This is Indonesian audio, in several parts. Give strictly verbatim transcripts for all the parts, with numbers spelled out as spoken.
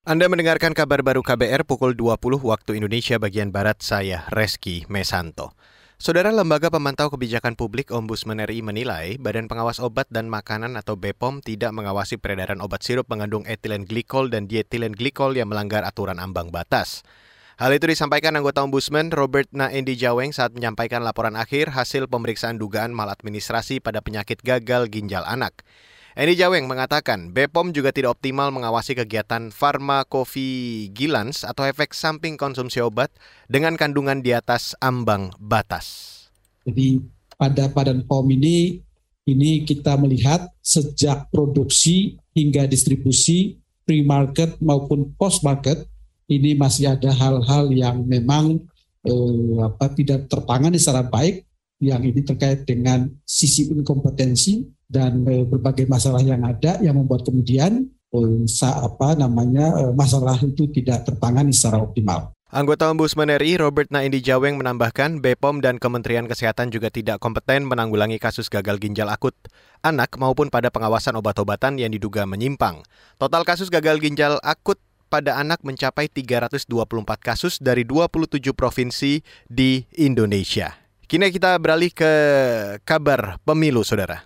Anda mendengarkan kabar baru K B R pukul dua puluh waktu Indonesia bagian Barat, saya Reski Mesanto. Saudara, Lembaga Pemantau Kebijakan Publik Ombudsman R I menilai Badan Pengawas Obat dan Makanan atau B P O M tidak mengawasi peredaran obat sirup mengandung etilen glikol dan dietilen glikol yang melanggar aturan ambang batas. Hal itu disampaikan anggota Ombudsman Robert Naendi Jaweng saat menyampaikan laporan akhir hasil pemeriksaan dugaan maladministrasi pada penyakit gagal ginjal anak. Naendi Jaweng mengatakan B P O M juga tidak optimal mengawasi kegiatan farmakovigilans atau efek samping konsumsi obat dengan kandungan di atas ambang batas. Jadi pada Badan P O M ini, ini kita melihat sejak produksi hingga distribusi pre-market maupun post-market, ini masih ada hal-hal yang memang eh, apa, tidak tertangani secara baik, yang ini terkait dengan sisi inkompetensi dan eh, berbagai masalah yang ada yang membuat kemudian eh, apa namanya eh, masalah itu tidak tertangani secara optimal. Anggota Ombudsman R I Robert Naendi Jaweng menambahkan B P O M dan Kementerian Kesehatan juga tidak kompeten menanggulangi kasus gagal ginjal akut anak maupun pada pengawasan obat-obatan yang diduga menyimpang. Total kasus gagal ginjal akut pada anak mencapai tiga ratus dua puluh empat kasus dari dua puluh tujuh provinsi di Indonesia. Kini kita beralih ke kabar pemilu, saudara.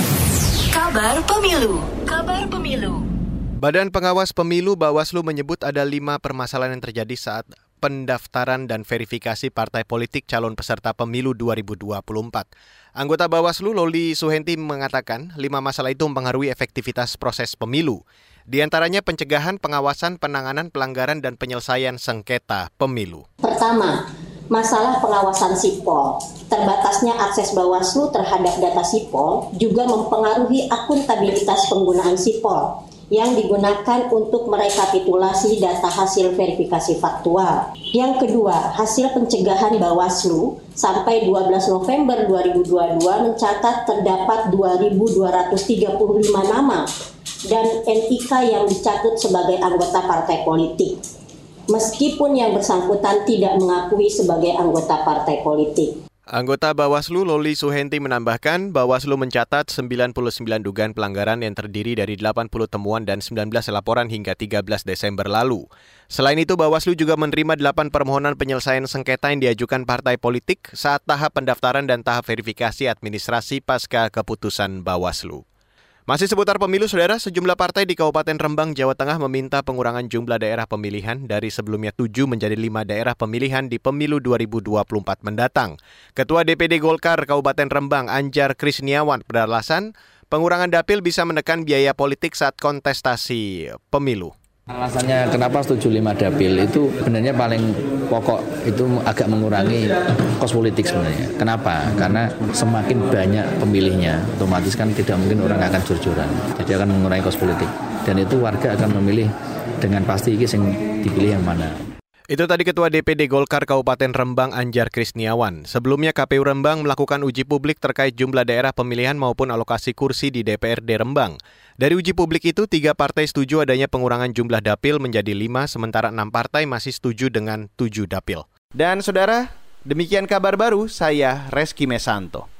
Kabar pemilu, kabar pemilu. Badan Pengawas Pemilu Bawaslu menyebut ada lima permasalahan yang terjadi saat pendaftaran dan verifikasi partai politik calon peserta pemilu dua ribu dua puluh empat. Anggota Bawaslu Loli Suhenti mengatakan lima masalah itu mempengaruhi efektivitas proses pemilu. Di antaranya pencegahan, pengawasan, penanganan pelanggaran, dan penyelesaian sengketa pemilu. Pertama, masalah pengawasan Sipol. Terbatasnya akses Bawaslu terhadap data Sipol juga mempengaruhi akuntabilitas penggunaan Sipol yang digunakan untuk merekapitulasi data hasil verifikasi faktual. Yang kedua, hasil pencegahan Bawaslu sampai dua belas November dua ribu dua puluh dua mencatat terdapat dua ribu dua ratus tiga puluh lima nama dan N I K yang dicatut sebagai anggota partai politik, meskipun yang bersangkutan tidak mengakui sebagai anggota partai politik. Anggota Bawaslu Loli Suhenti menambahkan Bawaslu mencatat sembilan puluh sembilan dugaan pelanggaran yang terdiri dari delapan puluh temuan dan sembilan belas laporan hingga tiga belas Desember lalu. Selain itu, Bawaslu juga menerima delapan permohonan penyelesaian sengketa yang diajukan partai politik saat tahap pendaftaran dan tahap verifikasi administrasi pasca keputusan Bawaslu. Masih seputar pemilu, saudara, sejumlah partai di Kabupaten Rembang, Jawa Tengah meminta pengurangan jumlah daerah pemilihan dari sebelumnya tujuh menjadi lima daerah pemilihan di pemilu dua ribu dua puluh empat mendatang. Ketua D P D Golkar Kabupaten Rembang, Anjar Krisniawan, beralasan pengurangan dapil bisa menekan biaya politik saat kontestasi pemilu. Alasannya kenapa setuju lima dapil itu sebenarnya paling pokok itu agak mengurangi kos politik sebenarnya. Kenapa? Karena semakin banyak pemilihnya, otomatis kan tidak mungkin orang akan jor-joran. Jadi akan mengurangi kos politik. Dan itu warga akan memilih dengan pasti ini yang dipilih yang mana. Itu tadi Ketua D P D Golkar Kabupaten Rembang Anjar Krisniawan. Sebelumnya K P U Rembang melakukan uji publik terkait jumlah daerah pemilihan maupun alokasi kursi di D P R D Rembang. Dari uji publik itu, tiga partai setuju adanya pengurangan jumlah dapil menjadi lima, sementara enam partai masih setuju dengan tujuh dapil. Dan saudara, demikian kabar baru, saya Reski Mesanto.